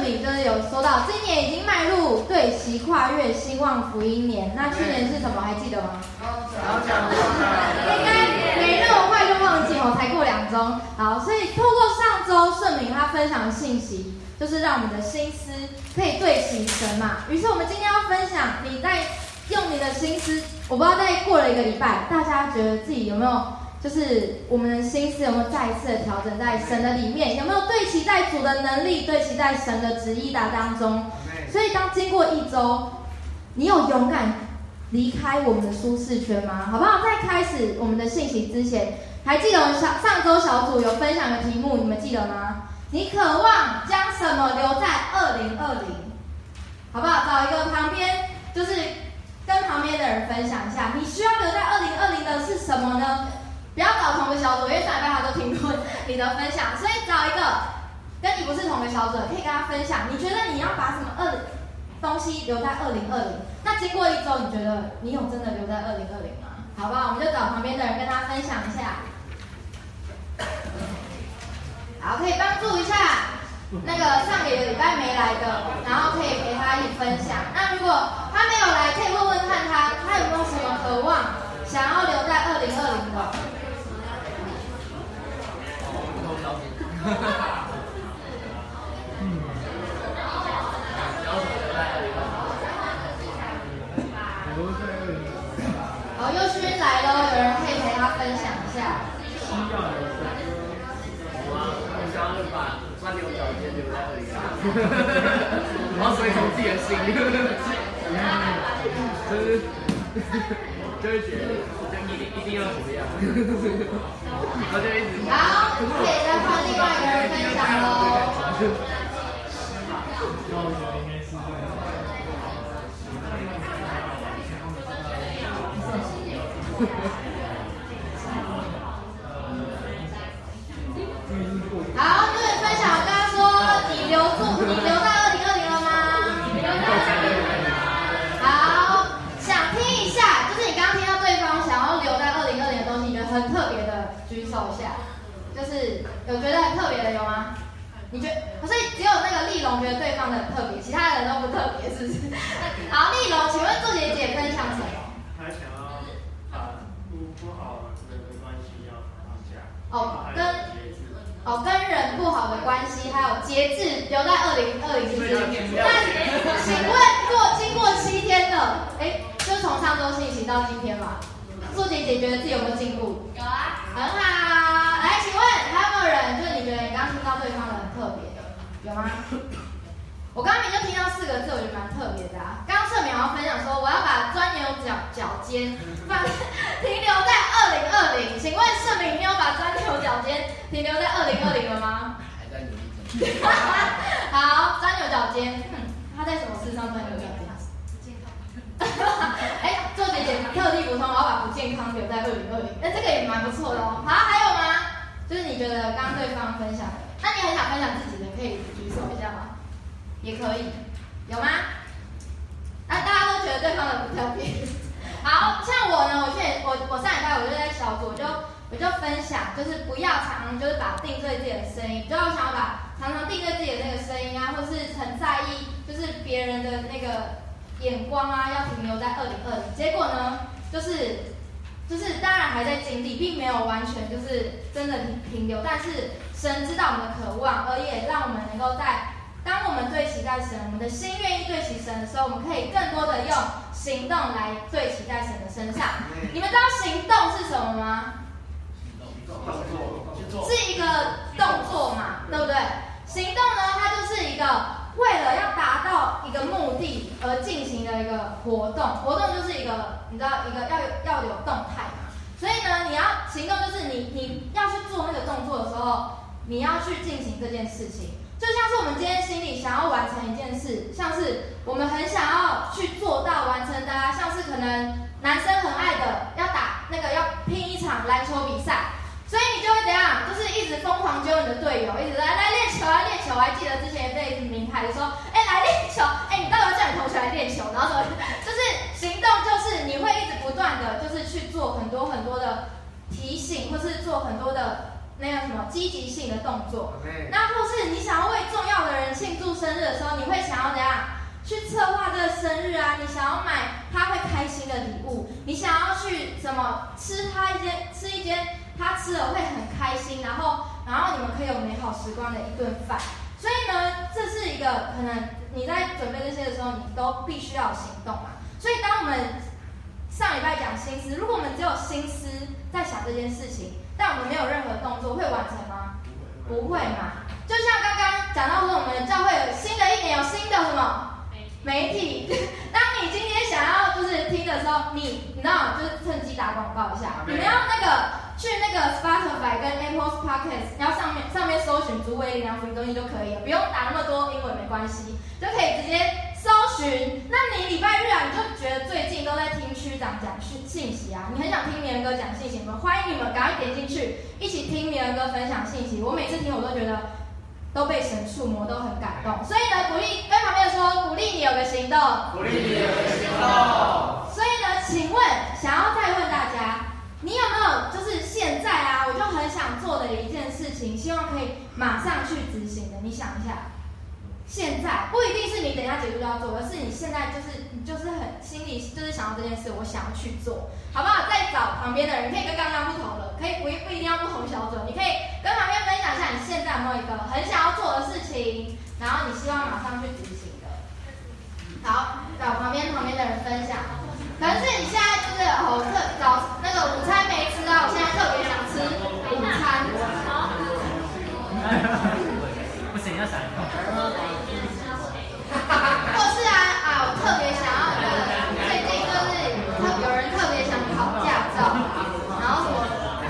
敏就是有说到，今年已经迈入对齐跨越兴旺福音年。那去年是什么？还记得吗？应该没那么快就忘记哦，才过2周。好，所以透过上周顺敏他分享的信息，就是让我们的心思可以对齐神嘛。于是我们今天要分享，你在用你的心思，我不知道在过了1个礼拜，大家觉得自己有没有？就是我们的心思有没有再一次的调整在神的里面？有没有对齐在主的能力，对齐在神的旨意的当中？所以当经过1周，你有勇敢离开我们的舒适圈吗？好不好？在开始我们的信息之前，还记得我们上周小组有分享的题目，你们记得吗？你渴望将什么留在2020？好不好？找一个旁边，就是跟旁边的人分享一下，你需要留在2020的是什么呢？不要找同个小组，因为上礼拜他都听过你的分享，所以找一个跟你不是同个小组的，可以跟他分享。你觉得你要把什么东西留在2020？那经过1周，你觉得你有真的留在2020吗？好不好？我们就找旁边的人跟他分享一下。好，可以帮助一下那个上个礼拜没来的，然后可以给他一起分享。那如果他没有来，可以问问看他有没有什么渴望想要留在2020的。好，佑勋来了，有人可以陪他分享一下。 我想要把钻牛角尖留在2020，然后随从自己的心，就是觉得一定要怎么样，然后就一直。 好，可以再换另外一个人分享喽。好，对，分享。我刚刚说你留在2020了吗？好，想听一下，就是你刚刚听到对方想要留在2020的东西，你觉得很特别的，举手一下。就是有觉得很特别的有吗？你觉得？所以只有那个丽蓉觉得对方的很特别，其他人都不特别，是不是？好，丽蓉，请问祝姐姐分享什么？ 她想要把不好的关系要放下。 跟人不好的关系，还有节制留在2020，是不是？那请问经过7天了，就从上周信息到今天嘛，祝姐姐觉得自己有没有进步？ 有啊， 很好。来，请问还有没有人，就是你觉得你刚刚听到对方的很特别的，有吗？我刚刚就听到4个字，我觉得蛮特别的啊。刚刚社民好像分享说，我要把钻牛角尖停留在2020。请问社民，你有把钻牛角尖停留在2020了吗？ 还在努力中。 好，钻牛角尖，他在什么事上钻牛角尖？做姐姐特地补充，我要把不健康留在2020。那这个也蛮不错的哦。好，还有吗？就是你觉得刚刚对方分享的，那你很想分享自己的，可以举手一下吗？也可以，有吗？大家都觉得对方的不特别。好像我呢，我上礼拜我就在小组，我就分享，就是不要就是把定罪自己的声音，就要想要把常定罪自己的那个声音啊，或是很在意，就是别人的那个眼光啊，要停留在2020。结果呢，就是当然还在经历，并没有完全就是真的停留，但是神知道我们的渴望，而也让我们能够当我们对齐在神，我们的心愿意对齐神的时候，我们可以更多的用行动来对齐在神的身上。你们知道行动是什么吗？是一个动作嘛，对不对？行动呢，它就是一个为了要达到一个目的而进行的一个活动。活动就是一个，你知道一个要有动态嘛。所以呢，你要行动就是你要去做那个动作的时候，你要去进行这件事情。就像是我们今天心里想要完成一件事，像是我们很想要去做到完成的啊，像是可能男生很爱的要拼一场篮球比赛，所以你就会怎样，就是一直疯狂揪你的队友，一直来练球啊练球。我还记得之前被名牌说，来练球，你到底要叫你同学来练球，然后什么，就是行动，就是你会一直不断的就是去做很多很多的提醒，或是做很多的那个什么积极性的动作。那或是你想要为重要的人庆祝生日的时候，你会想要怎样去策划这个生日啊？你想要买他会开心的礼物，你想要去什么吃一间他吃了会很开心，然后你们可以有美好时光的一顿饭。所以呢，这是一个可能你在准备这些的时候，你都必须要有行动嘛。所以当我们上礼拜讲心思，如果我们只有心思在想这件事情，但我们没有任何动作，会完成吗？不会嘛。就像刚刚讲到说，我们教会有新的一年有新的什么媒体，当你今天想要就是听的时候，你知道就是趁机打广告一下，你们要去那个 Spotify 跟 Apple Podcast， 然后上面搜寻竹围灵粮福音中心就可以了，不用打那么多英文没关系，就可以直接搜寻。那你礼拜日啊，你就觉得最近都在听区长讲信息啊，你很想听名人哥讲信息吗？欢迎你们赶快点进去，一起听名人哥分享信息。我每次听我都觉得都被神触摸，都很感动。所以呢，跟旁边说，鼓励你有个行动， 鼓励你有个行动。 所以呢，请问想要再问大家，你有没有就是现在啊，我就很想做的一件事情，希望可以马上去执行的？你想一下，现在不一定是你等一下结束就要做，而是你现在就是很心里就是想要这件事，我想要去做，好不好？再找旁边的人，可以跟刚刚不同了，可以不一定要不同小组，你可以跟旁边分享一下你现在有没有一个很想要做的事情，然后你希望马上去执行的。好，找旁边的人分享。可能是你现在就是早那个午餐没吃啊，我现在特别想吃午餐。 不行，要闪一或是我特别想要最近就是有人特别想考驾照，然后什么。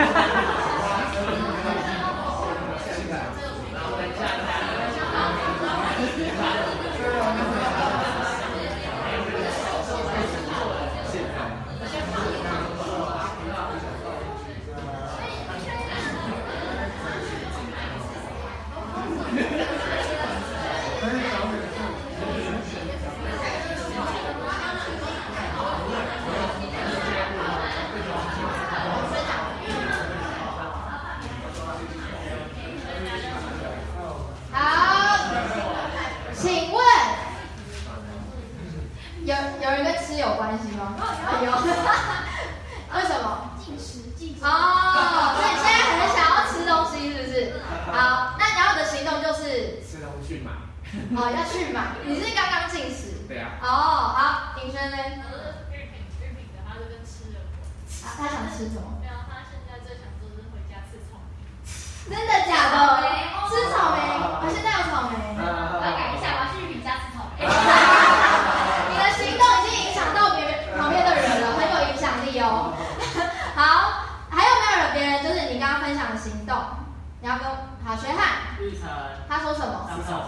有人跟吃有关系吗？有。为什么？ 进食。 哦，所以你现在很想要吃东西，是不是？好，那然后的行动就是吃东西去买。 哦，要去买。你是刚刚进食？ 对啊。 哦，好，鼎轩呢？ 日品的，他就跟吃有关。 他想吃什么？ 没有，他现在最想做的是回家吃草莓。 真的假的？吃草莓？我现在有草莓。 我要改一下，我要去日品家吃草莓。 你的行动已经影响到旁边的人了，很有影响力哦。好，还有没有别人就是你刚刚分享的行动？你要跟学汉，他说什么？ 上厕所。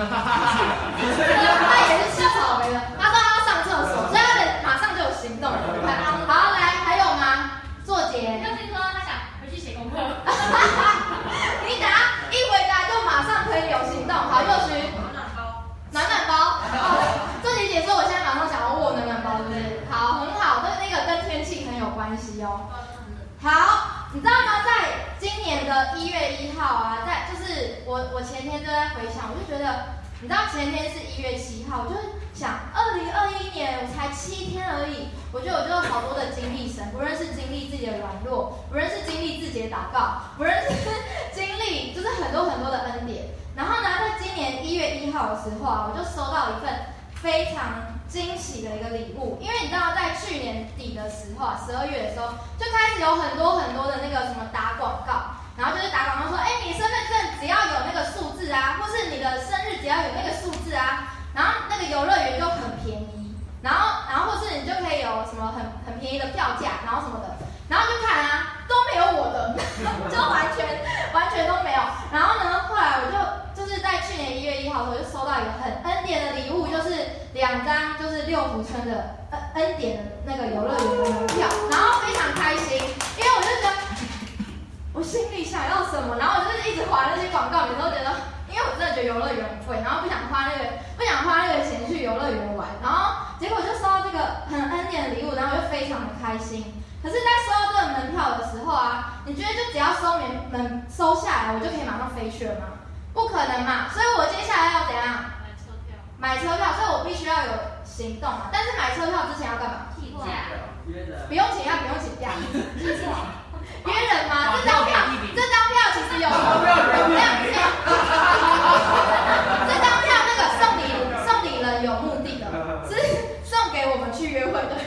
他也是吃草莓的。他说他要上厕所，所以他马上就有行动了。好，来，还有吗？作姐。 又听说他想回去写功课。 你等下一回答就马上可以有行动。好，佑徐。暖包。作姐说我现在马上想要握暖包，是不是？好，很好，那个跟天气很有关系哦。好，你知道吗？在今年的1月1号啊，就是我前天就在回想，我就觉得，你知道前天是1月7号，我就想2021年我才7天而已，我觉得我就有好多的经历神，不论是经历自己的软弱，不论是经历自己的祷告，不论是经历就是很多很多的恩典。然后呢，在今年1月1号的时候啊，我就收到一份非常惊喜的一个礼物，因为你知道，在去年底的时候啊，12月的时候，就开始有很多很多的那个什么打广告，然后就是打广告说，你身份证只要有那个数字啊，或是你的生日只要有那个数字啊，然后那个游乐园就很便宜，然后或是你就可以有什么很便宜的票价，然后什么的，然后就看啊，都没有我的，就完全都没有。然后呢，后来我就是在去年1月1号的时候，就收到一个很恩典的礼物，就是2张就是6福村的恩典的那个游乐园的门票，然后非常开心，因为我就觉得我心里想要什么，然后我就是一直滑那些广告，你都觉得，因为我真的觉得游乐园很贵，然后不想花那个钱去游乐园玩，然后结果就收到这个很恩典的礼物，然后我就非常的开心。可是，在收到这个门票的时候啊，你觉得就只要收我就可以马上飞去了吗？不可能嘛，所以我接下来要怎样？买车票，所以我必须要有行动嘛。但是买车票之前要干嘛？ 请假。 不用请假，不用请假。约人吗？这张票其实有流量票。这张票那个送礼人有目的的，是送给我们去约会的。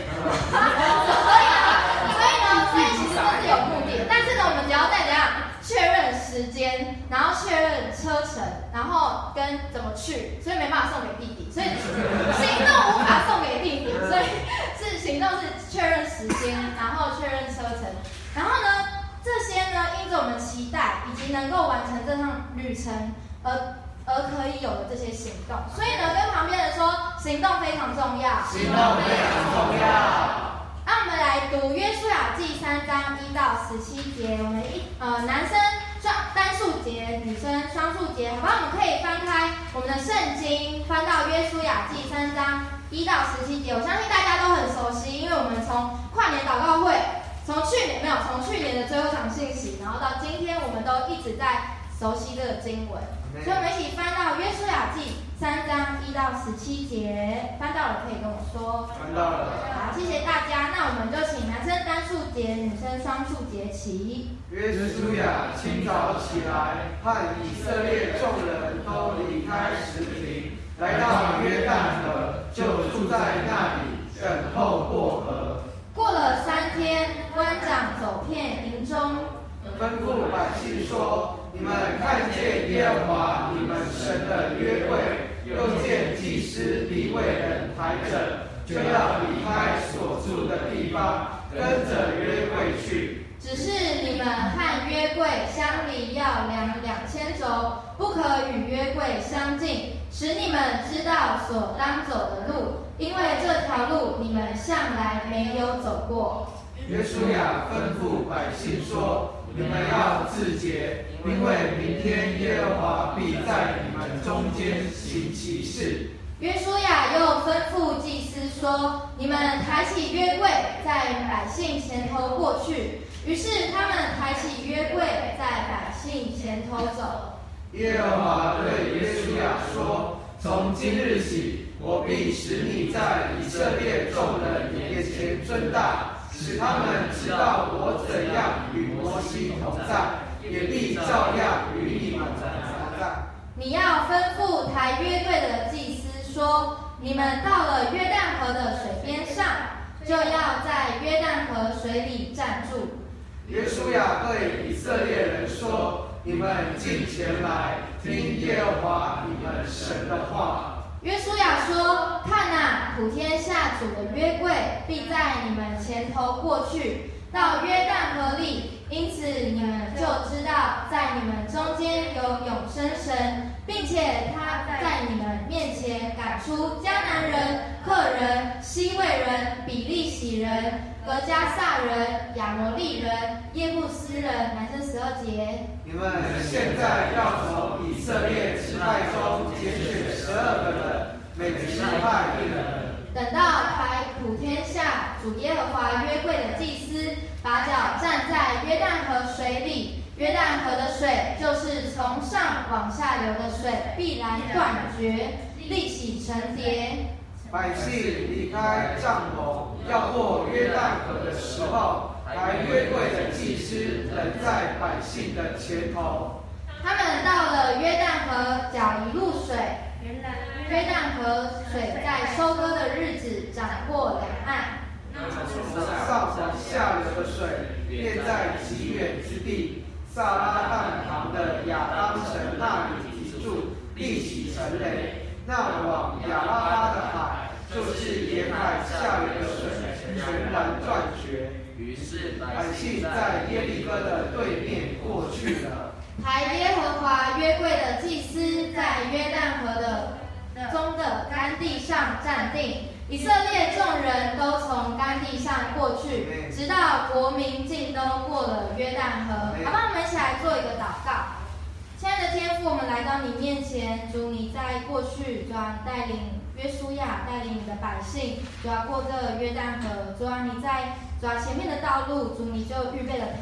所以其实这是有目的的。但是呢，我们只要再怎样确认时间，然后确认车程，然后跟怎么去，所以没办法送给弟弟，所以行动无法送给弟弟，所以是行动是确认时间，然后确认车程，然后呢，这些呢因着我们期待以及能够完成这趟旅程而可以有的这些行动，所以呢，跟旁边人说，行动非常重要， 行动非常重要。 那我们来读约书亚记3章1到17节，我们男生单数节，女生双数节，好吧？我们可以翻开我们的圣经，翻到约书亚记3章1到17节。我相信大家都很熟悉，因为我们从跨年祷告会，从去年的最后场信息，然后到今天，我们都一直在熟悉这个经文。所以我们一起翻到约书亚记3章1到17节，翻到了可以跟我说。 翻到了。 好，谢谢大家。那我们就请男生单数节，女生双数节起。 约书亚清早起来，和以色列众人都离开石亭，来到约旦河，就住在那里，等候过河。 过了3天，官长走遍营中， 吩咐百姓说：你们看见耶和华你们神的约柜，又见祭司利未人抬着，就要离开所住的地方，跟着约柜去。 只是你们和约柜相离要量2000肘，不可与约柜相近，使你们知道所当走的路，因为这条路你们向来没有走过。 约书亚吩咐百姓说：你们要自洁，因为明天耶和华必在你们中间行奇事。 约书亚又吩咐祭司说：你们抬起约柜，在百姓前头过去。于是他们抬起约柜，在百姓前头走。 耶和华对约书亚说：从今日起，我必使你在以色列众人面前尊大，使他们知道我怎样与摩西同在，也必照样与你们同在。 你要吩咐抬约柜的祭司说：你们到了约旦河的水边上，就要在约旦河水里站住。 约书亚对以色列人说：你们近前来，听耶和华你们神的话。 约书亚说：看哪，普天下主的约柜必在你们前头过去，到约旦河里，因此你们就知道在你们中间有永生神，并且他在你们面前赶出迦南人、赫人、西魏人、比利洗人、格迦撒人、亚摩利人、耶布斯人。男生12节。 你们现在要从以色列支派中拣选12个人，每支派1人。 等到抬普天下主耶和华约柜的祭司把脚站在约旦河水里，约旦河的水就是从上往下流的水，必然断绝，立起成叠。 百姓离开帐篷，要过约旦河的时候，抬约柜的祭司等在百姓的前头。 他们到了约旦河，脚一入水，约旦河水在收割的日子涨过两岸。 从上往下流的水，便在极远之地撒拉旦旁的亚当城那里停住，立起城垒。那往亚拉巴的海，就是沿海下流的水，全然断绝。 于是百姓在耶利哥的对面过去了。 抬耶和华约柜的祭司在约旦河的中的干地上站定，以色列众人都从干地上过去，直到国民尽都过了约旦河。好吧，我们一起来做一个祷告。亲爱的天父，我们来到你面前，主你在过去，主啊，带领约书亚，带领你的百姓，主啊，过这约旦河，主啊，你在主啊前面的道路，主你就预备了他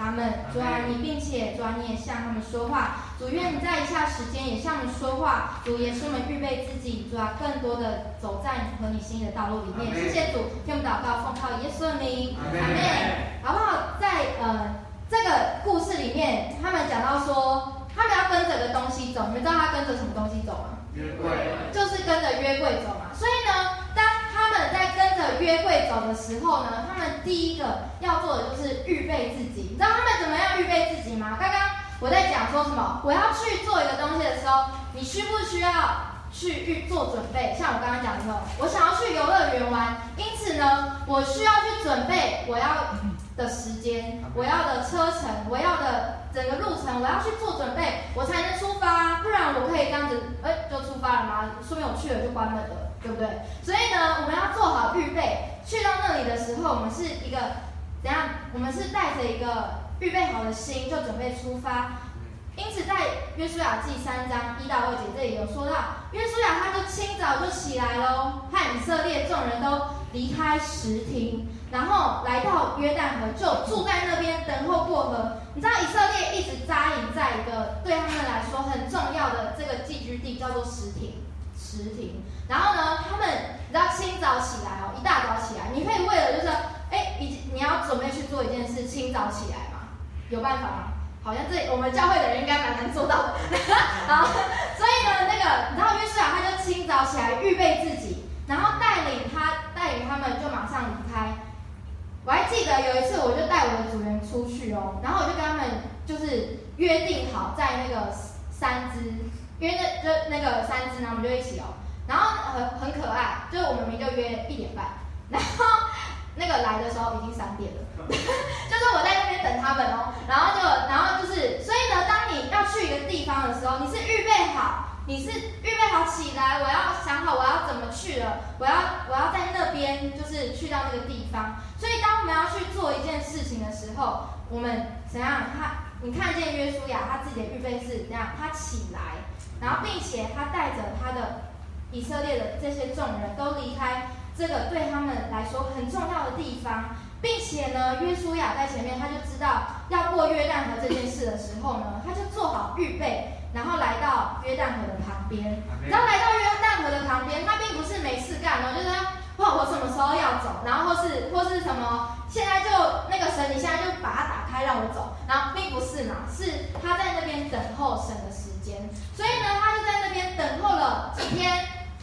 他们。主啊，你并且主啊，你也向他们说话。主，愿你在以下时间也向我们说话。主，也使我们预备自己。主啊，更多的走在和你心意的道路里面。谢谢主，听我们祷告，奉靠耶稣的名，阿们。好不好？在这个故事里面，他们讲到说，他们要跟着个东西走。你们知道他跟着什么东西走吗？ 约柜， 就是跟着约柜走嘛。所以呢，当他们在跟着约柜走的时候呢，他们第一个要做的就是预备自己。你知道他们怎么样预备自己吗？刚刚我在讲说什么？我要去做一个东西的时候，你需不需要去做准备？像我刚刚讲的时候，我想要去游乐园玩，因此呢，我需要去准备我要的时间，我要的车程，我要的整个路程，我要去做准备，我才能出发。不然我可以这样子，就出发了吗？说明我去了就关门了，对不对？所以呢，我们要做好预备。去到那里的时候，我们是一个怎样？我们是带着一个预备好的心，就准备出发。因此，在约书亚记3章1到2节这里有说到，约书亚他就清早就起来喽，和以色列众人都离开什亭，然后来到约旦河，就住在那边等候过河。你知道以色列一直扎营在一个对他们来说很重要的这个寄居地，叫做什亭。然后呢，他们你知道清早起来哦，一大早起来，你可以为了就是你要准备去做一件事，清早起来嘛，有办法吗？好像我们教会的人应该蛮难做到的。好，所以呢，你知道约书亚他就清早起来预备自己，然后带领他们就马上离开。我还记得有一次，我就带我的组员出去哦，然后我就跟他们就是约定好在那个三支，因为那个三支呢，我们就一起哦，然后很可爱，就是我们明明就约1点半，然后那个来的时候已经3点了，就是我在那边等他们哦，然后就是，所以呢，当你要去一个地方的时候，你是预备好起来，我要想好我要怎么去了，我要在那边就是去到那个地方。所以当我们要去做一件事情的时候，我们怎样？你看见约书亚他自己的预备是怎样？他起来，然后并且他带着他的以色列的这些众人都离开这个对他们来说很重要的地方，并且呢，约书亚在前面他就知道要过约旦河这件事的时候呢，他就做好预备。然后来到约旦河的旁边，然后来到约旦河的旁边，他并不是没事干哦，就是哇，我什么时候要走，然后或是什么，现在就那个神，你现在就把它打开让我走，然后并不是嘛，是他在那边等候神的时间，所以呢，他就在那边等候了几天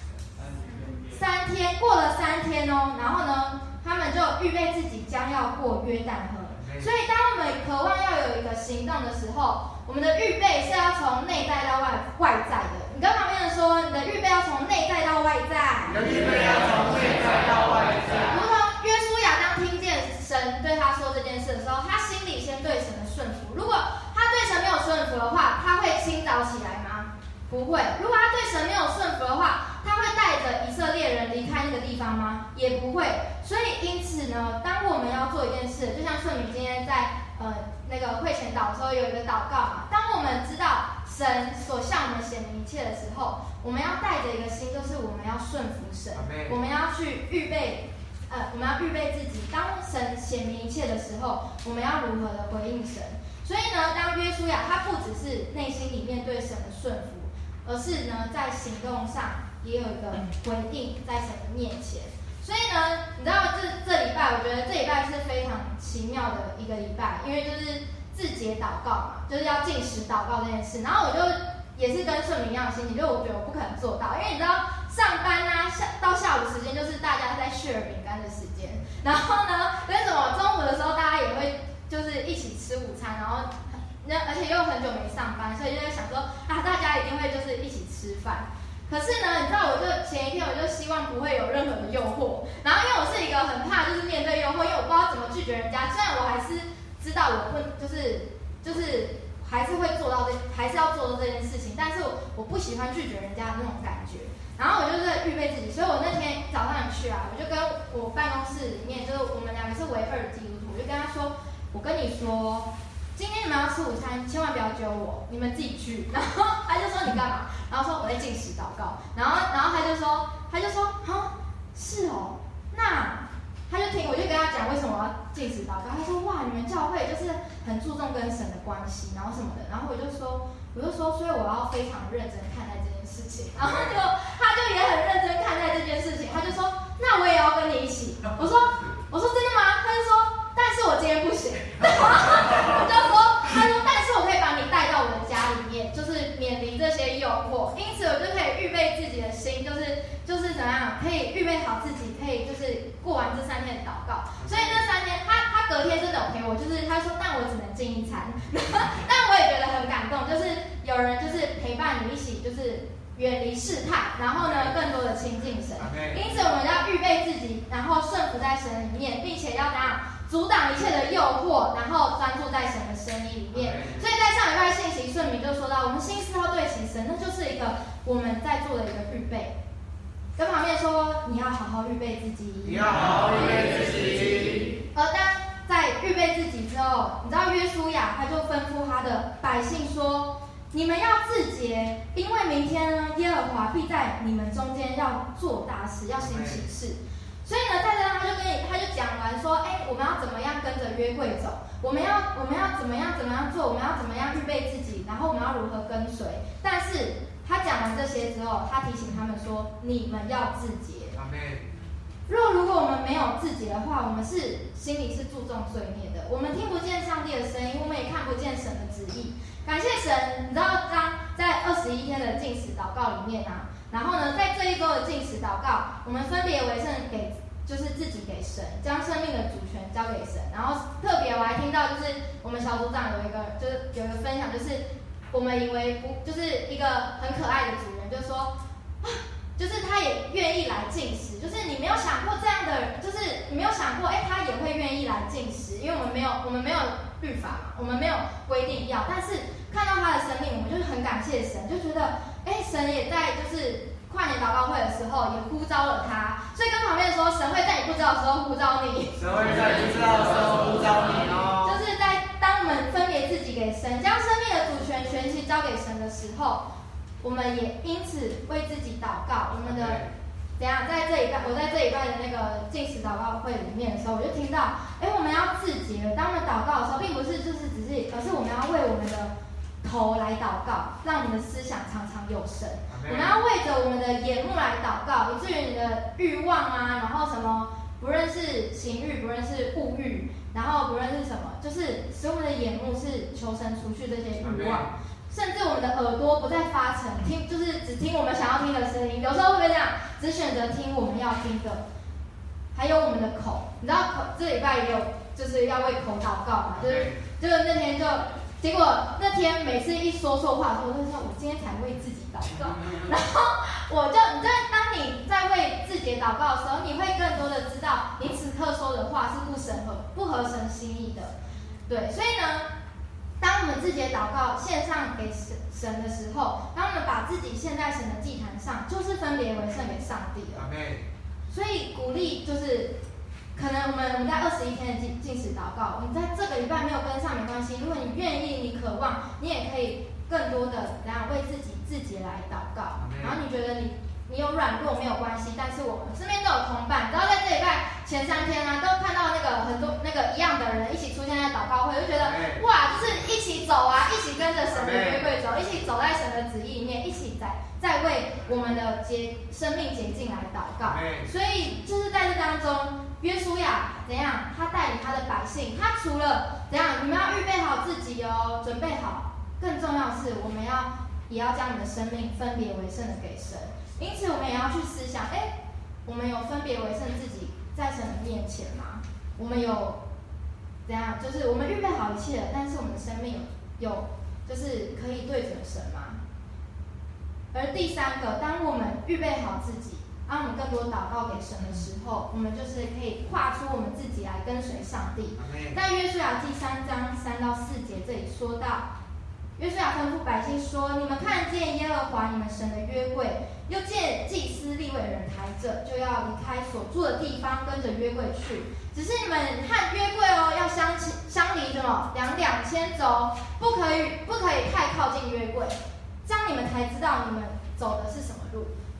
？3天，过了3天哦，然后呢，他们就预备自己将要过约旦河。所以，当我们渴望要有一个行动的时候，我们的预备是要从内在到外在的。你跟旁边人说，你的预备要从内在到外在。 你的预备要从内在到外在。 如同约书亚当听见神对他说这件事的时候，他心里先对神的顺服。如果他对神没有顺服的话，他会清早起来吗？不会。如果他对神没有顺服的话，他会带着以色列人离开那个地方吗？也不会。所以因此呢，当我们要做一件事，就像顺宇今天在那个会前祷的时候有一个祷告嘛，当我们知道神所向我们显明一切的时候，我们要带着一个心，就是我们要顺服神，我们要去预备，我们要预备自己。当神显明一切的时候，我们要如何的回应神？所以呢，当约书亚他不只是内心里面对神的顺服，而是呢在行动上也有一个回应在神的面前。所以呢，你知道这礼拜，我觉得这礼拜是非常奇妙的一个礼拜，因为就是自节祷告嘛，就是要禁食祷告这件事。然后我就也是跟顺明一样的心情，就我觉得我不可能做到，因为你知道上班啊，到下午时间就是大家在 share 饼干的时间，然后呢，为什么中午的时候大家也会就是一起吃午餐，然后而且又很久没上班，所以就在想说啊，大家一定会就是一起吃饭。可是呢，你知道，我就前一天我就希望不会有任何的诱惑，然后因为我是一个很怕就是面对诱惑，因为我不知道怎么拒绝人家。虽然我还是知道我不就是还是会做到还是要做到这件事情，但是我不喜欢拒绝人家的那种感觉。然后我就是预备自己，所以我那天早上去啊，我就跟我办公室里面就是我们2个是唯2基督徒，我就跟他说，我跟你说。今天你们要吃午餐，千万不要揪我，你们自己去。然后他就说你干嘛？然后说我在禁食祷告。然后他就说，啊，是哦，那他就听，我就跟他讲为什么要禁食祷告。他说哇，你们教会就是很注重跟神的关系，然后什么的。然后我就说，所以我要非常认真看待这件事情。然后他就也很认真看待这件事情，他就说那我也要跟你一起。我说真的吗？他就说但是我今天不行。我就说但是我可以把你带到我的家里面，就是免离这些诱惑，因此我就可以预备自己的心，就是怎么样，可以预备好自己，可以就是过完这3天的祷告。所以那3天，他隔天真的有陪我，就是他说，但我只能进1餐，但我也觉得很感动，就是有人就是陪伴你一起，就是远离试探，然后呢，更多的亲近神。因此我们要预备自己，然后顺服在神里面，并且要怎样阻挡一切的诱惑，然后专注在神的声音里面。所以在上礼拜信息顺明就说到，我们心思要对齐神，那就是一个我们在做的一个预备。跟旁边说，你要好好预备自己。 你要好好预备自己。 而当在预备自己之后，你知道约书亚他就吩咐他的百姓说，你们要自洁，因为明天呢，耶和华必在你们中间要做大事，要行奇事。所以呢，在这他就讲完说，我们要怎么样跟着约柜走，我们要怎么样做，我们要怎么样预备自己，然后我们要如何跟随。但是他讲完这些之后，他提醒他们说，你们要自洁。如果我们没有自洁的话，我们心里是注重罪孽的，我们听不见上帝的声音，我们也看不见神的旨意。感谢神，你知道在21天的禁食祷告里面啊，然后呢，在这一周的禁食祷告，我们分别为圣就是自己给神，将生命的主权交给神。然后特别我还听到，就是我们小组长有一个分享，就是我们以为就是一个很可爱的主人，就说就是他也愿意来禁食，就是你没有想过这样的，就是你没有想过，他也会愿意来禁食，因为我们没有律法嘛，我们没有规定要，但是看到他的生命，我们就是很感谢神，就觉得神也在就是跨年祷告会的时候也呼召了他，所以跟旁边说，神会在你不知道的时候呼召你， 神会在你不知道的时候呼召你哦。 就是在当我们分别自己给神，将生命的主权全期交给神的时候，我们也因此为自己祷告。我们的在这一拜，我在这一拜的那个禁食祷告会里面的时候，我就听到，我们要自洁。当我们祷告的时候，并不是而是我们要为我们的头来祷告，让我们的思想常常有神。我们要为着我们的眼目来祷告，以至于你的欲望啊，然后什么不论是情欲，不论是物欲，然后不论是什么，就是使我们的眼目是求神除去这些欲望。甚至我们的耳朵不再发沉，就是只听我们想要听的声音。有时候会不会这样？只选择听我们要听的。还有我们的口，你知道这礼拜也有就是要为口祷告嘛？就是那天结果那天每次一说错话的时候，我就说我今天才为自己祷告。然后当你在为自己祷告的时候，你会更多的知道你此刻说的话是不合神心意的。对，所以呢，当我们自己的祷告献上给神的时候，当我们把自己献在神的祭坛上，就是分别为圣给上帝了。所以鼓励就是，可能我们在21天的禁食祷告，你在这个礼拜没有跟上没关系。如果你愿意，你渴望，你也可以更多的为自己来祷告。然后你觉得你有软弱没有关系，但是我们身边都有同伴。然后在这礼拜前3天啊，都看到很多一样的人一起出现在祷告会，就觉得哇，就是一起走啊，一起跟着神的约柜走，一起走在神的旨意里面，一起在为我们的生命洁净来祷告。所以就是在这当中，约书亚怎样？他带领他的百姓，他除了怎样，你们要预备好自己哦，准备好，更重要的是我们也要将你的生命分别为圣的给神。因此我们也要去思想，我们有分别为圣自己在神的面前吗？我们有怎样？就是我们预备好一切了，但是我们的生命有就是可以对准神吗？而第3个，当我们预备好自己，让我们更多祷告给神的时候，我们就是可以跨出我们自己来跟随上帝。在约书亚记3章3到4节这里说到，约书亚吩咐百姓说：“你们看见耶和华你们神的约柜，又见祭司利未人抬着，就要离开所住的地方，跟着约柜去。只是你们和约柜要相离什么2,200肘，不可以太靠近约柜，这样你们才知道你们走的是什么路。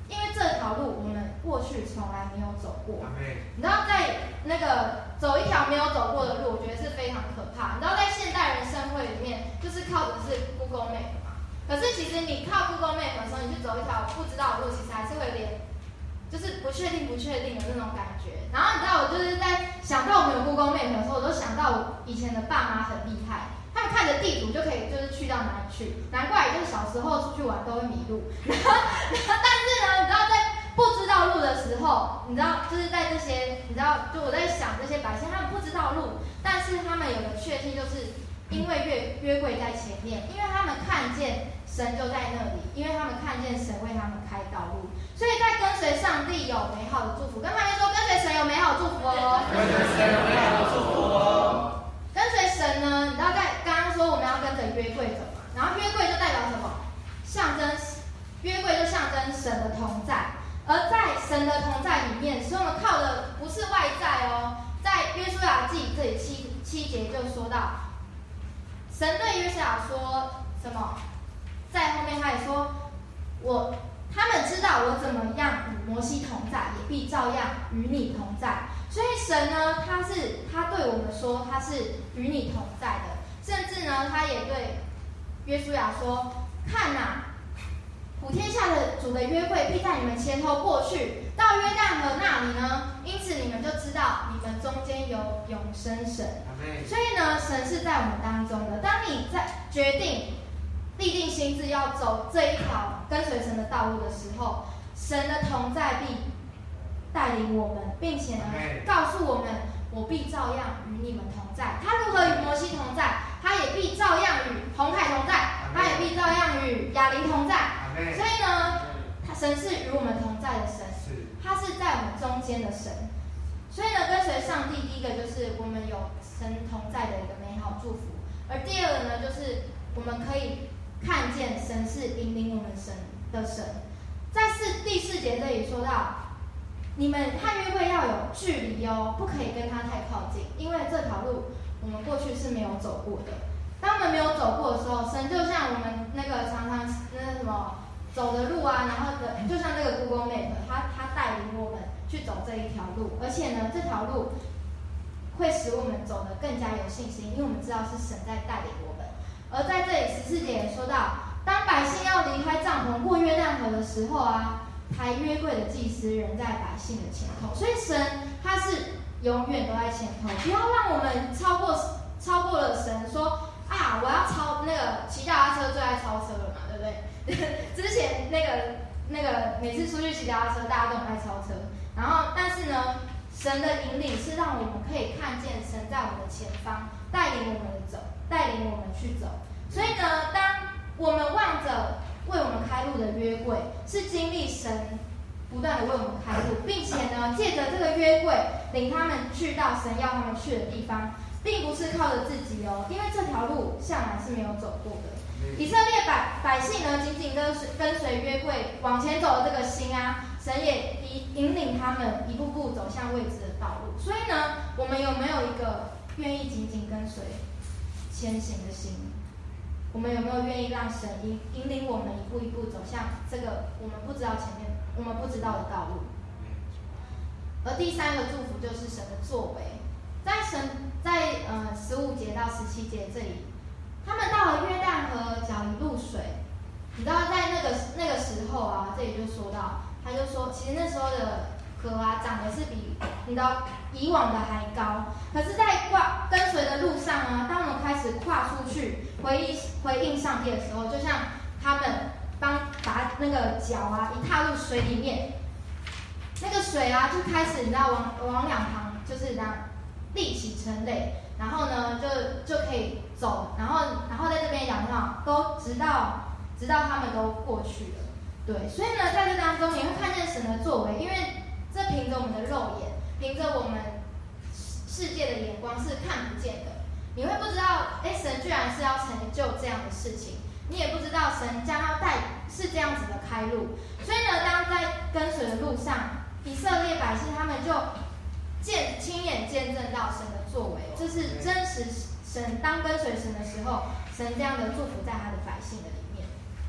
因为这条路我们过去从来没有走过。你知道在那个走一条没有走过的路，我觉得是非常可怕。你知道在现代人社会里面，就是靠的是 Google Map 嘛。可是其实你靠 Google Map 的时候，你去走一条不知道的路，其实还是会有点就是不确定的那种感觉。然后你知道我就是在想到我们有 Google Map 的时候，我都想到我以前的爸妈很厉害。他们看着地图就可以，就是去到哪里去，难怪就是小时候出去玩都会迷路。但是呢，你知道在不知道路的时候，你知道就是在这些，你知道就我在想这些百姓他们不知道路，但是他们有个确信，就是因为约柜在前面，因为他们看见神就在那里，因为他们看见神为他们开道路，所以在跟随上帝有美好的祝福。跟旁边说，跟随神有美好的祝福哦。 跟随神有美好的祝福哦。 跟随神呢，你知道在刚刚说我们要跟着约柜走嘛，然后约柜就代表什么？象征约柜就象征神的同在，而在神的同在里面，所以我们靠的不是外在哦。在约书亚记这里七节就说到，神对约书亚说什么？在后面他也说，他们知道我怎么样与摩西同在，也必照样与你同在。所以神呢，他对我们说，他是与你同在的。甚至呢，他也对约书亚说：“看哪，普天下的主的约柜必在你们前头过去，到约旦河那里呢。因此你们就知道，你们中间有永生神。所以呢，神是在我们当中的。当你在决定立定心志要走这一条跟随神的道路的时候，神的同在必带领我们，并且呢，告诉我们，我必照样与你们同在。他如何与摩西同在，他也必照样与红海同在，他也必照样与亚林同在。所以呢，神是与我们同在的神，他是在我们中间的神。所以呢，跟随上帝，第一个就是我们有神同在的一个美好祝福，而第二个呢，就是我们可以看见神是引领我们神的神。在第4节这里说到，你们和约柜要有距离哦，不可以跟他太靠近，因为这条路我们过去是没有走过的。当我们没有走过的时候，神就像我们那个常常什么走的路啊，然后就像这个 Google Map， 它带领我们去走这一条路，而且呢，这条路会使我们走得更加有信心，因为我们知道是神在带领我们。而在这里14节也说到，当百姓要离开帐篷过约旦河的时候啊，抬约柜的祭司人在百姓的前头，所以神他是永远都在前头，不要让我们超过了神说啊，我要那个骑脚踏车最爱超车了嘛，对不对？之前那个每次出去骑脚踏车，大家都很爱超车，然后但是呢，神的引领是让我们可以看见神在我们的前方带领我们走，带领我们去走。所以呢，当我们望着为我们开路的约柜，是经历神不断的为我们开路，并且呢，借着这个约柜领他们去到神要他们去的地方，并不是靠着自己哦，因为这条路向来是没有走过的。以色列百姓呢，紧紧跟随约柜往前走的这个心啊，神也引领他们一步步走向未知的道路。所以呢，我们有没有一个愿意紧紧跟随前行的心？我们有没有愿意让神引领我们一步一步走向这个我们不知道我们不知道的道路？而第3个祝福就是神的作为，在15节到17节这里，他们到了约旦河脚一路水。你知道在那个时候啊，这里就说到，他就说，其实那时候的河啊，长得是比你知道以往的还高。可是，在跟随的路上啊，当我们开始跨出去回应上帝的时候，就像他们把那个脚啊一踏入水里面，那个水啊就开始你知道往两旁就是这样立起成垒，然后呢就可以走，然后在这边讲到都直到他们都过去了。对，所以呢，在这当中你会看见神的作为，因为这凭着我们的肉眼，凭着我们世界的眼光是看不见的。你会不知道，神居然是要成就这样的事情，你也不知道神将要是这样子的开路。所以呢，当在跟随的路上，以色列百姓他们就亲眼见证到神的作为，这是真实神当跟随神的时候，神这样的祝福在他的百姓的里面。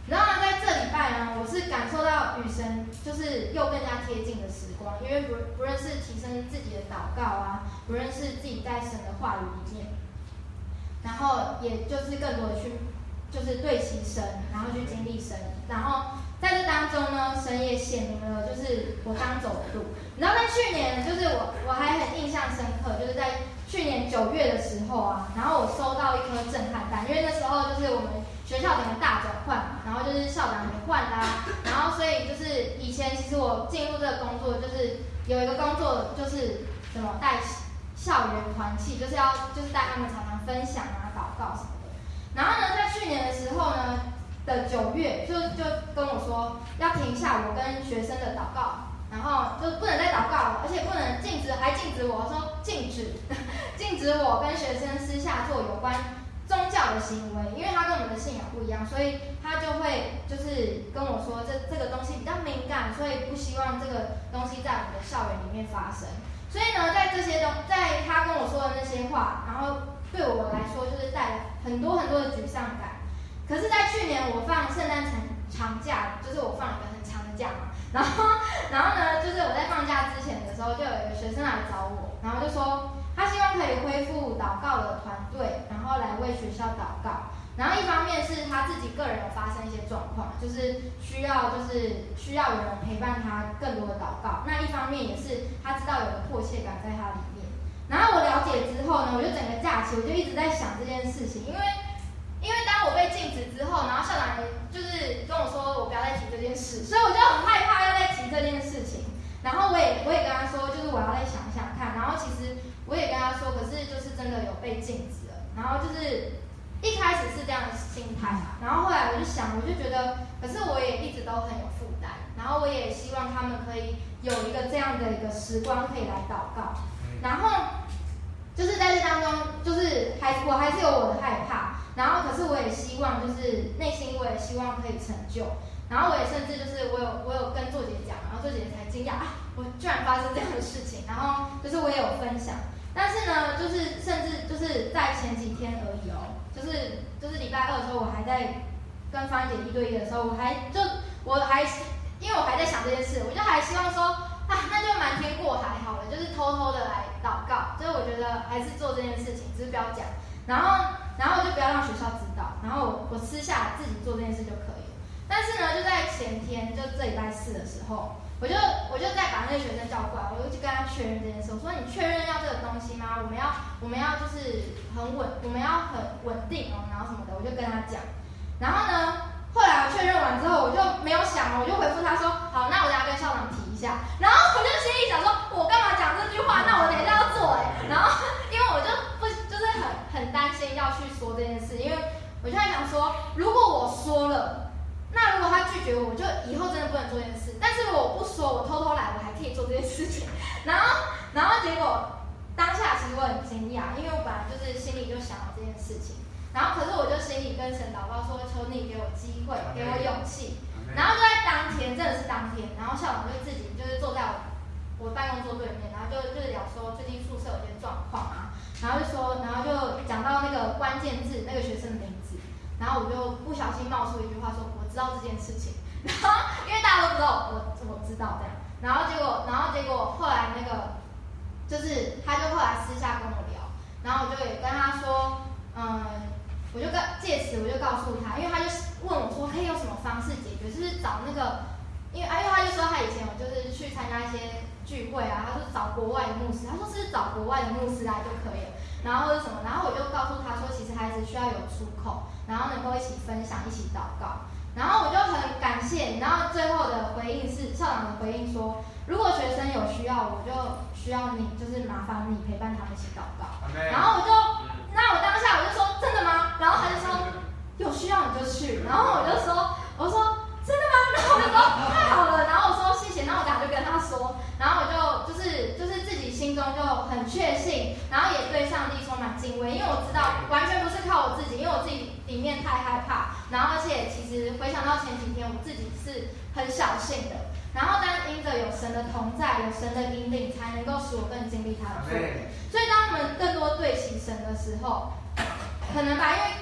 然后呢，在这礼拜呢，我是感受到与神就是又更加贴近的时光，因为不论是提升自己的祷告啊，不论是自己在神的话语里面，然后也就是更多的去就是对齐神，然后去经历神，然后在这当中呢，神也显明了就是我当走的路。然后在去年，就是我还很印象深刻，就是在去年9月的时候啊，然后我收到一颗震撼弹，因为那时候就是我们学校整个大转换嘛，然后就是校长也换啦，然后所以就是以前其实我进入这个工作，就是有一个工作就是什么带校园团契，就是带他们常常分享啊、祷告什么的。然后呢，在去年的时候呢的9月，就跟我说要停下我跟学生的祷告。然后就不能再祷告了，而且不能禁止我说禁止我跟学生私下做有关宗教的行为，因为他跟我们的信仰不一样，所以他就会就是跟我说这个东西比较敏感，所以不希望这个东西在我们的校园里面发生。所以呢，在他跟我说的那些话，然后对我来说就是带来很多很多的沮丧感。可是，在去年我放圣诞长假，就是我放一个很长的假嘛。然后呢，就是我在放假之前的时候，就有一个学生来找我，然后就说他希望可以恢复祷告的团队，然后来为学校祷告。然后一方面是他自己个人有发生一些状况，就是需要有人陪伴他更多的祷告。那一方面也是他知道有个迫切感在他里面。然后我了解之后呢，我就整个假期我就一直在想这件事情，因为当我被禁止之后，然后校长也就是跟我说我不要再提这件事，所以我就很害怕要再提这件事情。然后我也跟他说，就是我要再想想看。然后其实我也跟他说，可是就是真的有被禁止了。然后就是一开始是这样的心态啊，然后后来我就想，我就觉得，可是我也一直都很有负担。然后我也希望他们可以有一个这样的一个时光可以来祷告。然后就是在这当中，就是我还是有我的害怕。然后，可是我也希望，就是内心我也希望可以成就。然后我也甚至就是我有跟作姐讲，然后作姐才惊讶，我居然发生这样的事情。然后就是我也有分享，但是呢，就是甚至就是在前几天而已哦，就是礼拜2的时候，我还在跟芳姐1对1的时候，我还因为我还在想这件事，我就还希望说啊，那就瞒天过海好了，就是偷偷的来祷告。就是我觉得还是做这件事情，只是不要讲。然后就不要让学校知道，然后我私下自己做这件事就可以了。但是呢，就在前天，就这礼拜4的时候，我就再把那个学生叫过来，我就去跟他确认这件事。我说你确认要这个东西吗？我们要就是我们要很稳定哦，然后什么的，我就跟他讲。然后呢，后来我确认完之后，我就没有想，我就回复他说好，那我等下跟校长提一下。然后我就心里想说，我干嘛讲这句话？那我等一下要做然后因为我就就是很担心要去说这件事，因为我就在想说，如果我说了，那如果他拒绝我，就以后真的不能做这件事。但是如果我不说，我偷偷来，我还可以做这件事情。然后结果当下其实我很惊讶，因为我本来就是心里就想好这件事情，然后可是我就心里跟神祷告说，求你给我机会，给我勇气。然后就在当天，真的是当天，然后校长就自己就是坐在我办公桌对面，然后就是聊说最近宿舍有些状况啊，然后就讲到那个关键字，那个学生的名字，然后我就不小心冒出一句话说我知道这件事情，然后因为大家都知道我知道这样，然后结果后来那个就是他就后来私下跟我聊，然后我就也跟他说，我就借此我就告诉他，因为他就问我说可以用什么方式解决，就是找那个，因为他就说他以前有就是去参加一些聚会啊，他说找国外的牧师，他说是找国外的牧师来就可以了，然后或者什么，然后我就告诉他说，其实孩子需要有出口，然后能够一起分享，一起祷告，然后我就很感谢，然后最后的回应是校长的回应说，如果学生有需要，我就需要你，就是麻烦你陪伴他们一起祷告，然后我当下我就说真的吗？然后他就说有需要你就去，然后我说真的吗？然后我就说太好了，然后我说谢谢，然后我等下就跟他说，然后我就是自己心中就很确信，然后也对上帝充满敬畏，因为我知道完全不是靠我自己，因为我自己里面太害怕，然后而且其实回想到前几天我自己是很小性的，然后但因着有神的同在，有神的引领，才能够使我更经历他的作为。所以当我们更多对齐神的时候，可能吧，因为这礼拜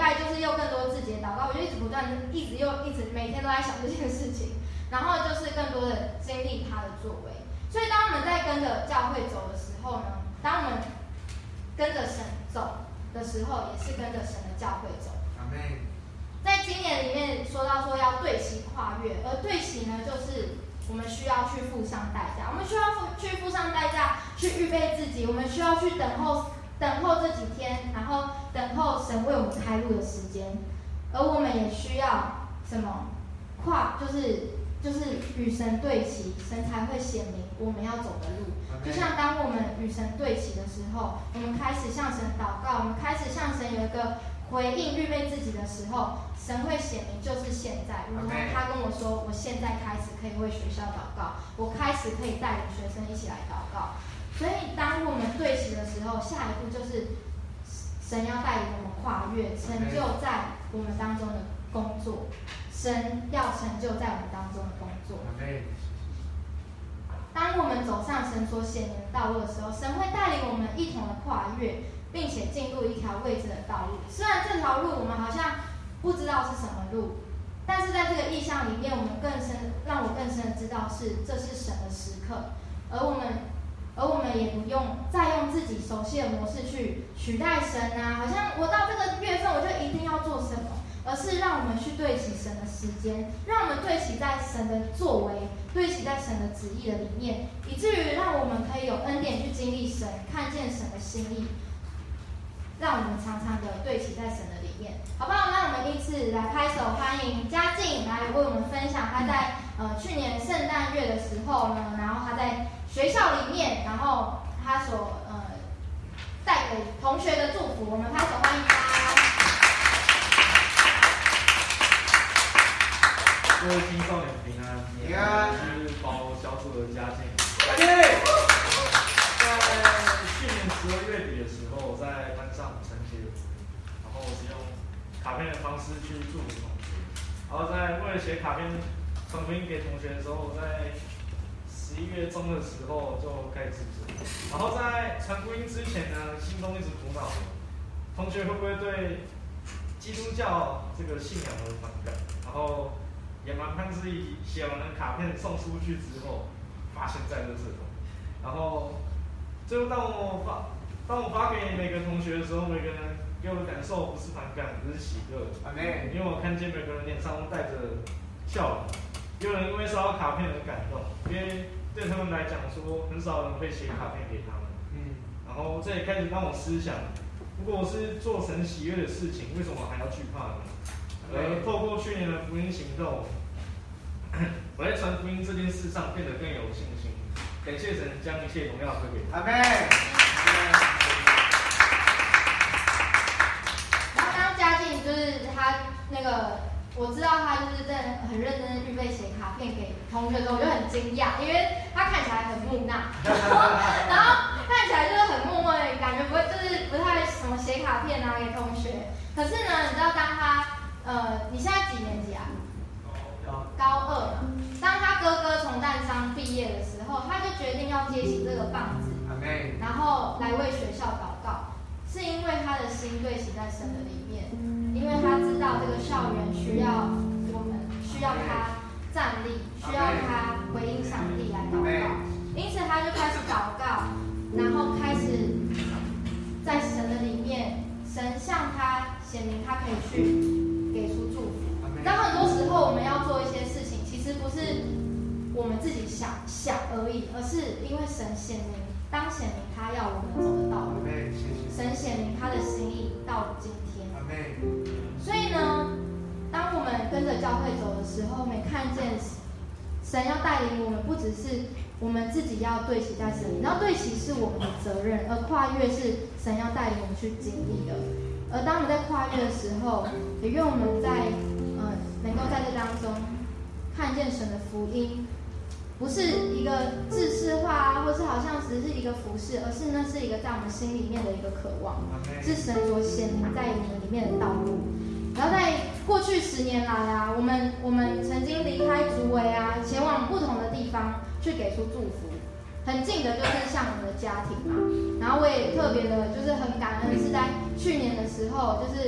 拜就是又更多自己的祷告，我就一直不断的一直每天都在想这件事情，然后就是更多的经历他的作为。所以当我们在跟着教会走的时候呢，当我们跟着神走的时候，也是跟着神的教会走。 阿们。 在今年里面说到说要对齐跨越，而对齐呢，就是我们需要去付上代价，我们需要去付上代价，去预备自己，我们需要去等候这几天，然后等候神为我们开路的时间，而我们也需要什么就是与神对齐，神才会显明我们要走的路。就像当我们与神对齐的时候，我们开始向神祷告，我们开始向神有一个回应，预备自己的时候，神会显明就是现在。如同他跟我说，我现在开始可以为学校祷告，我开始可以带领学生一起来祷告。所以当我们对齐的时候，下一步就是神要带领我们跨越，成就在我们当中的工作。神要成就在我们当中的工作。当我们走上神所显明的道路的时候，神会带领我们一同的跨越，并且进入一条未知的道路。虽然这条路我们好像不知道是什么路，但是在这个意象里面，让我更深的知道这是神的时刻，而我们也不用再用自己熟悉的模式去取代神啊，好像我到这个月份我就一定要做什么，而是让我们去对齐神的时间，让我们对齐在神的作为，对齐在神的旨意的里面，以至于让我们可以有恩典去经历神，看见神的心意，让我们常常的对齐在神的里面，好不好？让我们依次来拍手欢迎嘉靖来为我们分享他在去年圣诞月的时候呢，然后他在学校里面，然后他所带给同学的祝福，我们拍手欢迎他。 各位青少年平安， 平安， 是保小组的嘉靖。 嘉靖， 在去年12月底的时候，在班上晨写，然后我是用卡片的方式去祝福同学，然后为了写卡片传福音给同学的时候，在11月中的时候就开始自责，然后在传福音之前呢，心中一直苦恼，同学会不会对基督教这个信仰而反感，然后也蛮盼自己写完了卡片送出去之后，发现在垃圾桶。然后最后当我发给每个同学的时候，每个人给我的感受不是反感，只是喜乐。因为我看见每个人脸上都带着笑容，有人因为收到卡片而感动，因为对他们来讲说，很少人会写卡片给他们。然后这也开始让我思想，如果我是做神喜悦的事情，为什么还要惧怕呢？而透过去年的福音行动，我在传福音这件事上变得更有信心。感谢神将一切荣耀归给他。 阿们。 然后刚嘉靖就是他那个，我知道他就是在很认真的预备写卡片给同学的时候，我就很惊讶，因为他看起来很木讷，然后看起来就是很默默的感觉，就是不太什么写卡片啊给同学。可是呢，你知道当他你现在几年级啊？高2嘛。当他哥哥从淡商毕业的时候，他就决定要接起这个棒子，然后来为学校祷告，是因为他的心对齐在神的里面，因为他知道这个校园需要他站立，需要他回应上帝来祷告，因此他就开始祷告，然后开始在神的里面，神向他显明他可以去给出祝福。但很多时候我们要做一些事情，其实不是我们自己想而已，而是因为神显明，当显明他要我们走的道路，神显明他的心意到了今天。所以呢，当我们跟着教会走的时候，我们看见神要带领我们，不只是我们自己要对齐在神里，然后对齐是我们的责任，而跨越是神要带领我们去经历的。而当我们在跨越的时候，也愿我们能够在这当中看见神的福音，不是一个制式化啊，或是好像只是一个服饰，而是那是一个在我们心里面的一个渴望，是神所显明在我们里面的道路。然后在过去10年来啊，我们曾经离开竹围啊，前往不同的地方去给出祝福。很近的就是像我们的家庭嘛，然后我也特别的就是很感恩，是在去年的时候，就是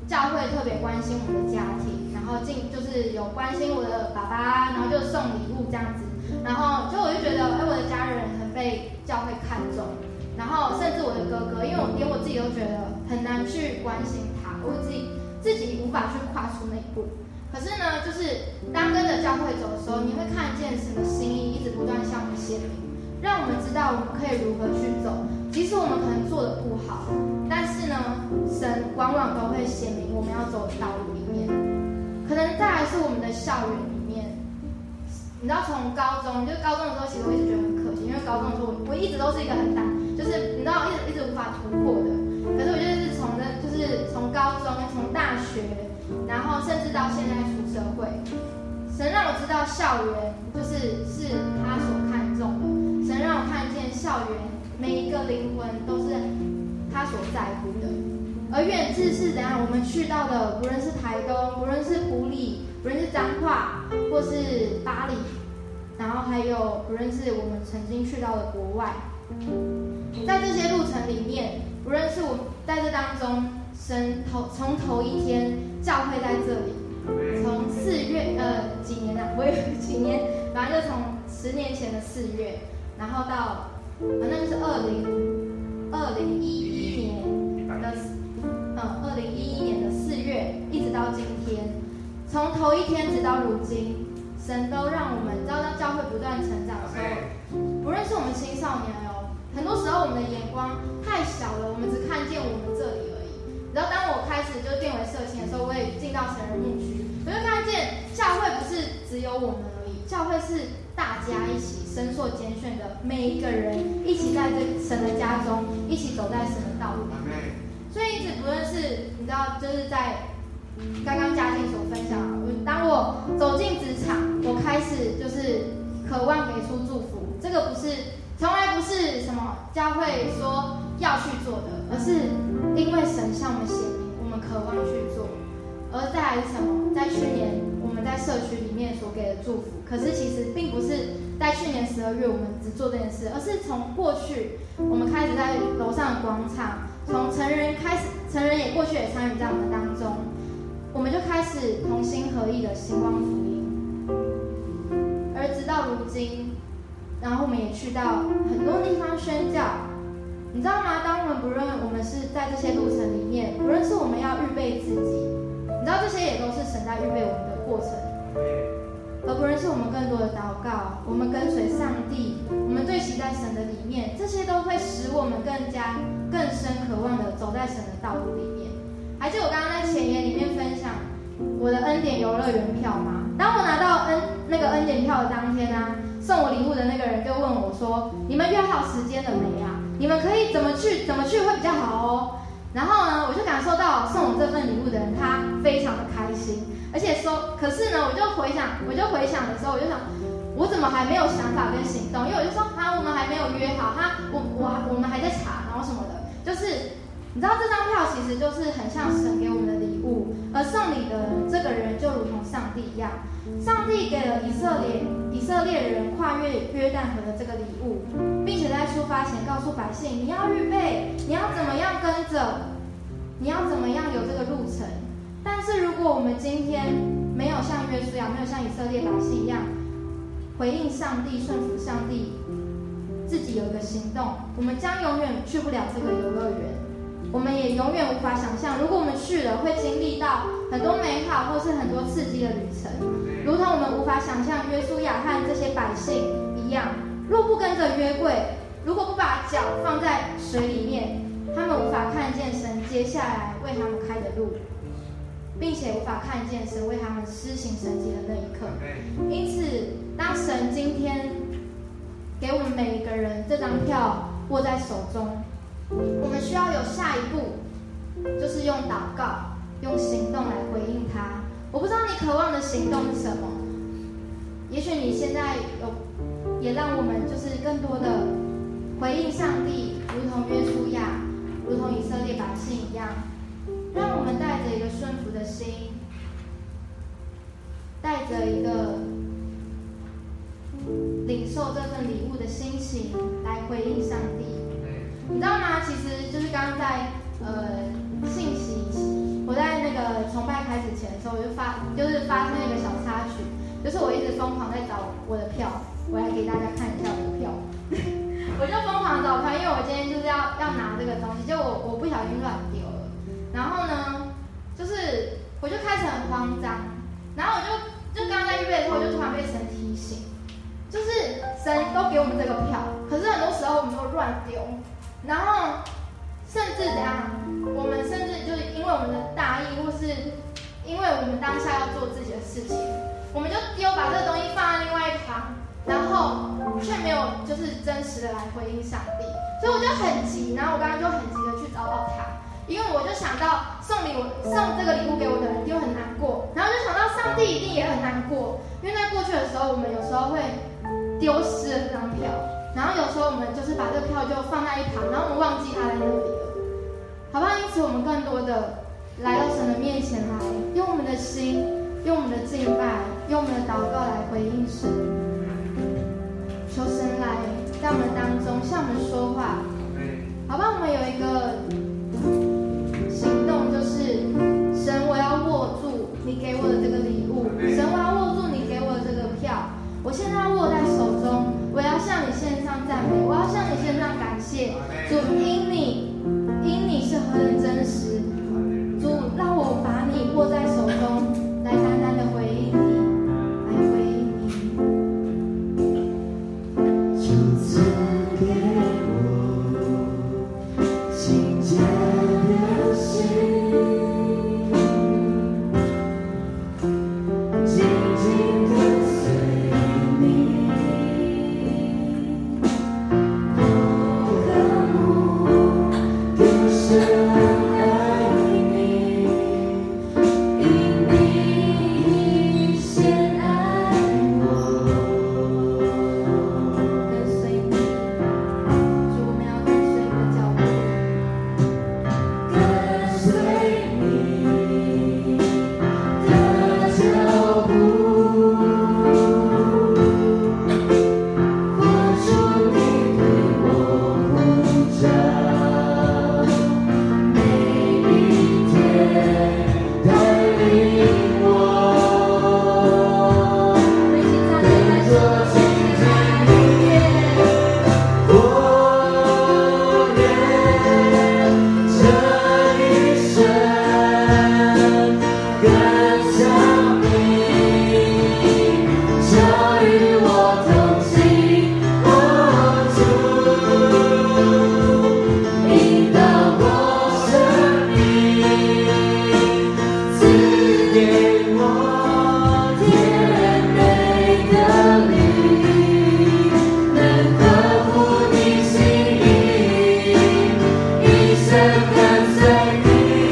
教会特别关心我们的家庭，然后就是有关心我的爸爸，然后就送礼物这样子，然后我就觉得，我的家人很被教会看重，然后甚至我的哥哥，因为连我自己都觉得很难去关心他，我自己无法去跨出那一步。可是呢，就是当跟着教会走的时候，你会看见神的心意一直不断向我们显明，让我们知道我们可以如何去走，即使我们可能做的不好，但是呢，神往往都会显明我们要走的道路里面。可能再来是我们的校园里面，你知道从高中的时候，其实我一直觉得很可惜，因为高中的时候我一直都是一个很就是你知道一直无法突破的。可是我觉得是从高中、从大学，然后甚至到现在出社会，神让我知道校园是他所看重的，神让我看见校园每一个灵魂都是他所在乎的。而远志是怎样？我们去到的，不论是台东，不论是埔里，不论是彰化，或是巴黎，然后还有不论是我们曾经去到的国外，在这些路程里面，不论是我在这当中，神从头一天教会在这里，从4月几年啊，我有几年，反正就从10年前的4月，然后到那就是2011年的4月，一直到今天，从头一天直到如今，神都让我们知道，当教会不断成长的时候，不论是我们青少年很多时候我们的眼光太小了，我们只看见我们这里而已。然后当我开始就定为社青的时候，我也进到成人牧区，我就看见教会不是只有我们而已，教会是大家一起神所拣选的每一个人，一起在这神的家中，一起走在神的道路里面。所以一直不论是你知道，就是在刚刚嘉靖所分享，当我走进职场，我开始就是渴望给出祝福。这个从来不是什么教会说要去做的，而是因为神向我们显明，我们渴望去做。而再来是什么？在去年我们在社区里面所给的祝福，可是其实并不是在去年12月我们只做这件事，而是从过去我们开始在楼上的广场，从成人也过去也参与在我们当中，我们就开始同心合意的兴旺福音。而直到如今，然后我们也去到很多地方宣教，你知道吗？当我们不论我们是在这些路程里面，不论是我们要预备自己，你知道这些也都是神在预备我们的过程。而不论是我们更多的祷告，我们跟随上帝，我们对齐在神的里面，这些都会使我们更深渴望的走在神的道路里面。还记得我刚刚在前言里面分享我的恩典游乐园票吗？当我拿到那个恩典票的当天啊，送我礼物的那个人就问我说：“你们约好时间了没啊？你们可以怎么去会比较好哦。”然后呢，我就感受到送我这份礼物的人他非常的开心，而且说，可是呢，我就回想的时候，我就想，我怎么还没有想法跟行动？因为我就说我们还没有约好，我们还在查，然后什么的，就是你知道这张票其实就是很像神给我们的礼物，而送礼的人这个人就如同上帝一样，上帝给了以色列人跨越约旦河的这个礼物，并且在出发前告诉百姓，你要预备，你要怎么样跟着，你要怎么样有这个路程。但是如果我们今天没有像约书亚，没有像以色列百姓一样回应上帝、顺服上帝，自己有一个行动，我们将永远去不了这个游乐园。我们也永远无法想象，如果我们去了，会经历到很多美好或是很多刺激的旅程，如同我们无法想象约书亚和这些百姓一样，若不跟着约柜，如果不把脚放在水里面，他们无法看见神接下来为他们开的路，并且无法看见神为他们施行神迹的那一刻。因此，当神今天给我们每一个人这张票握在手中，我们需要有下一步，就是用祷告、用行动来回应他。我不知道你渴望的行动是什么，也许你现在也让我们就是更多的回应上帝，如同约书亚，如同以色列百姓一样，让我们带着一个顺服的心，带着一个领受这份礼物的心情来回应上帝。你知道吗？其实就是刚刚在信息，我在那个个崇拜开始前的时候，我就发生一个小插曲，就是我一直疯狂在找我的票，我来给大家看一下我的票。我就疯狂找票，因为我今天就是要拿这个东西，就我不小心乱丢了。然后呢，就是我就开始很慌张，然后我就刚刚在预备的时候，我就突然被神提醒，就是神都给我们这个票，可是很多时候我们都乱丢，然后甚至怎样，我们甚至就是因为我们的大意，或是因为我们当下要做自己的事情，我们就把这个东西放在另外一旁，然后却没有就是真实的来回应上帝，所以我就很急，然后我刚刚就很急的去找到他，因为我就想到送这个礼物给我的人一定很难过，然后就想到上帝一定也很难过，因为在过去的时候，我们有时候会丢失了这张票，然后有时候我们就是把这个票就放在一旁，然后我们忘记它在那里了，好不好？因此我们更多的来到神的面前来，用我们的心，用我们的敬拜，用我们的祷告来回应神，求神来在我们当中向我们说话，好不好？我们有一个行动，就是神，我要握住你给我的这个礼物，神，我要握住你给我的这个票，我现在要握在手中，我要向你献上赞美，我要向你献上感谢，主，因你是何等真实，主，让我把你握在手中，来单单的回应你，来回应你。 就赐给我清洁的心，紧紧跟随你，我渴慕更深爱你，因你先爱我。 跟随你，主，我们要跟随你的脚步。 跟随你的脚步，活出你对我呼召，每一天带领我， 我们一起站立在神的面前来音乐。 我愿这一生跟上你，就与我同行，引导我生命，赐给我甜美的礼，能合乎你心意，一生跟随你。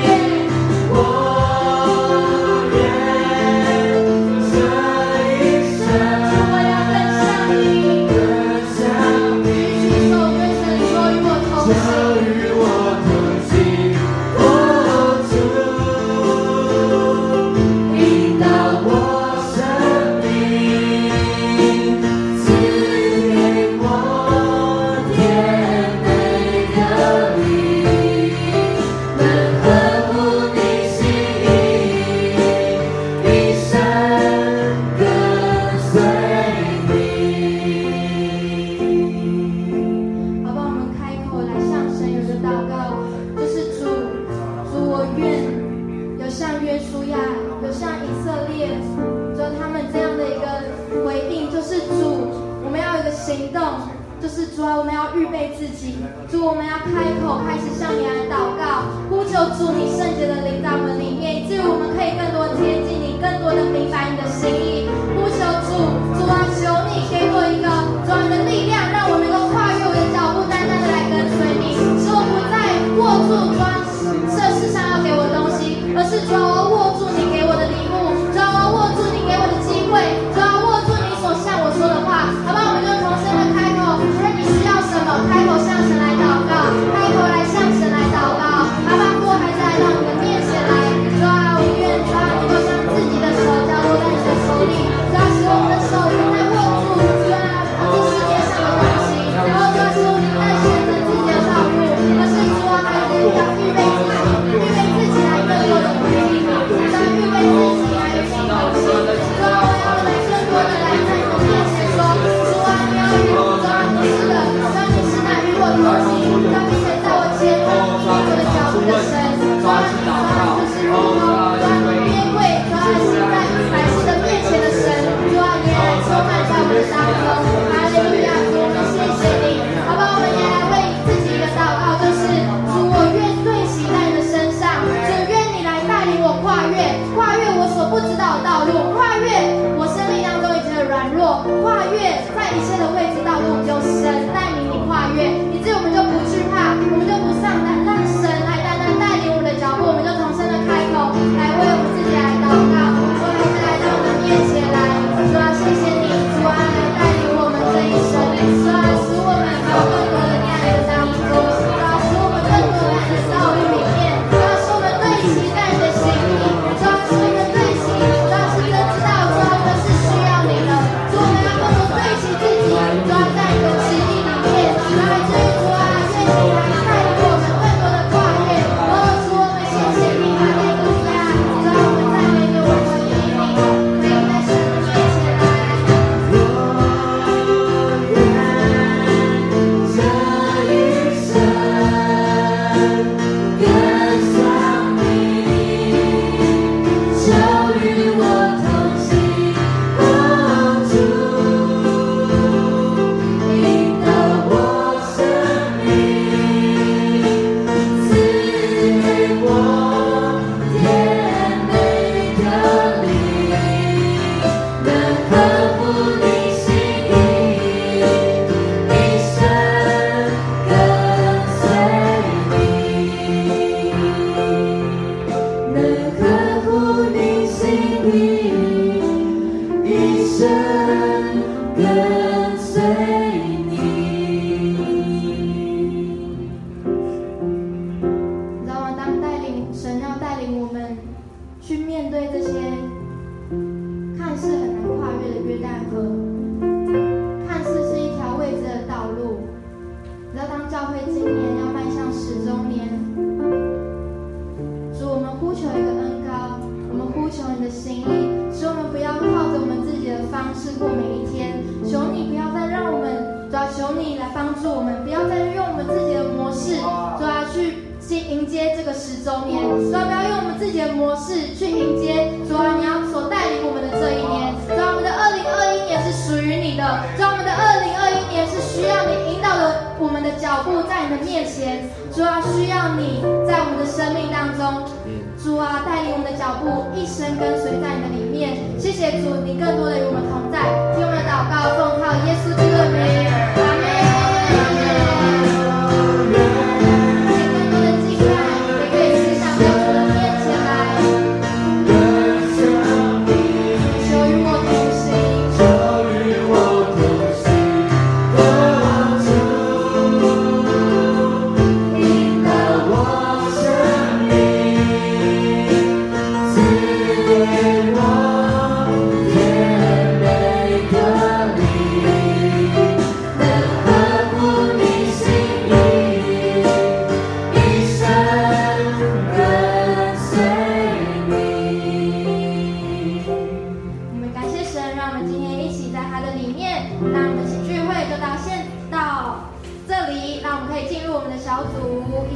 我愿这一生我要跟上你， 跟上你， 举手对神说，与我同就行。 与我同行，引导我生命，赐给我甜美的礼，能合乎你心意，一生跟随你。 好不好？我们开口来向神有个祷告，就是主，我愿有像约书亚，有像以色列，主他们这样的一个回应，就是主，我们要有一个行动，就是主啊，我们要预备自己，主，我们要开口开始向你来祷告，呼求主你圣洁的灵在我们里面，以至于我们可以更多贴近你，更多的明白你的心意。呼求主，主啊，求你给我一个主啊你的力量，让我能够跨越我的脚步，单单的来跟随你，使我不再握住主啊这世上要给我的东西，而是主啊我要握住你给我的礼物，主啊我要握住你给我的机会，主啊握住你所向我说的话，好不好？我们就同声的开口，无论你需要什么，开口向神来祷告，开口来向神来祷告，阿爸父还是来到你的面前来，主啊我们不知道的道路，跨越我生命当中一切的软弱，跨越在一切的未知道路，有神带领你跨越，以致我们就不惧怕，我们就不丧胆，让神来单单带领我们的脚步，我们就同声的开口来为我们自己来祷告，主还是来到我们面前来，主啊，谢谢你，主啊，来带领我们这一生，主啊，使我们有更多的亮的当中，主啊，使我们更多的在道路里面，主啊，使我们对齐在你的心意，主啊，使我们对齐，主啊，是真知道，主啊，我们是需要你的，主我们要更多对齐自己，主啊，在你的旨意里面，主啊，至于主啊，愿你来带领我们更多的跨越，哦，主我们谢谢你，哈利路亚，主啊，我们赞美你，我们回应你，回应在神的面前来。主啊，带领我们的脚步，一生跟随在你的里面。谢谢主，你更多的与我们同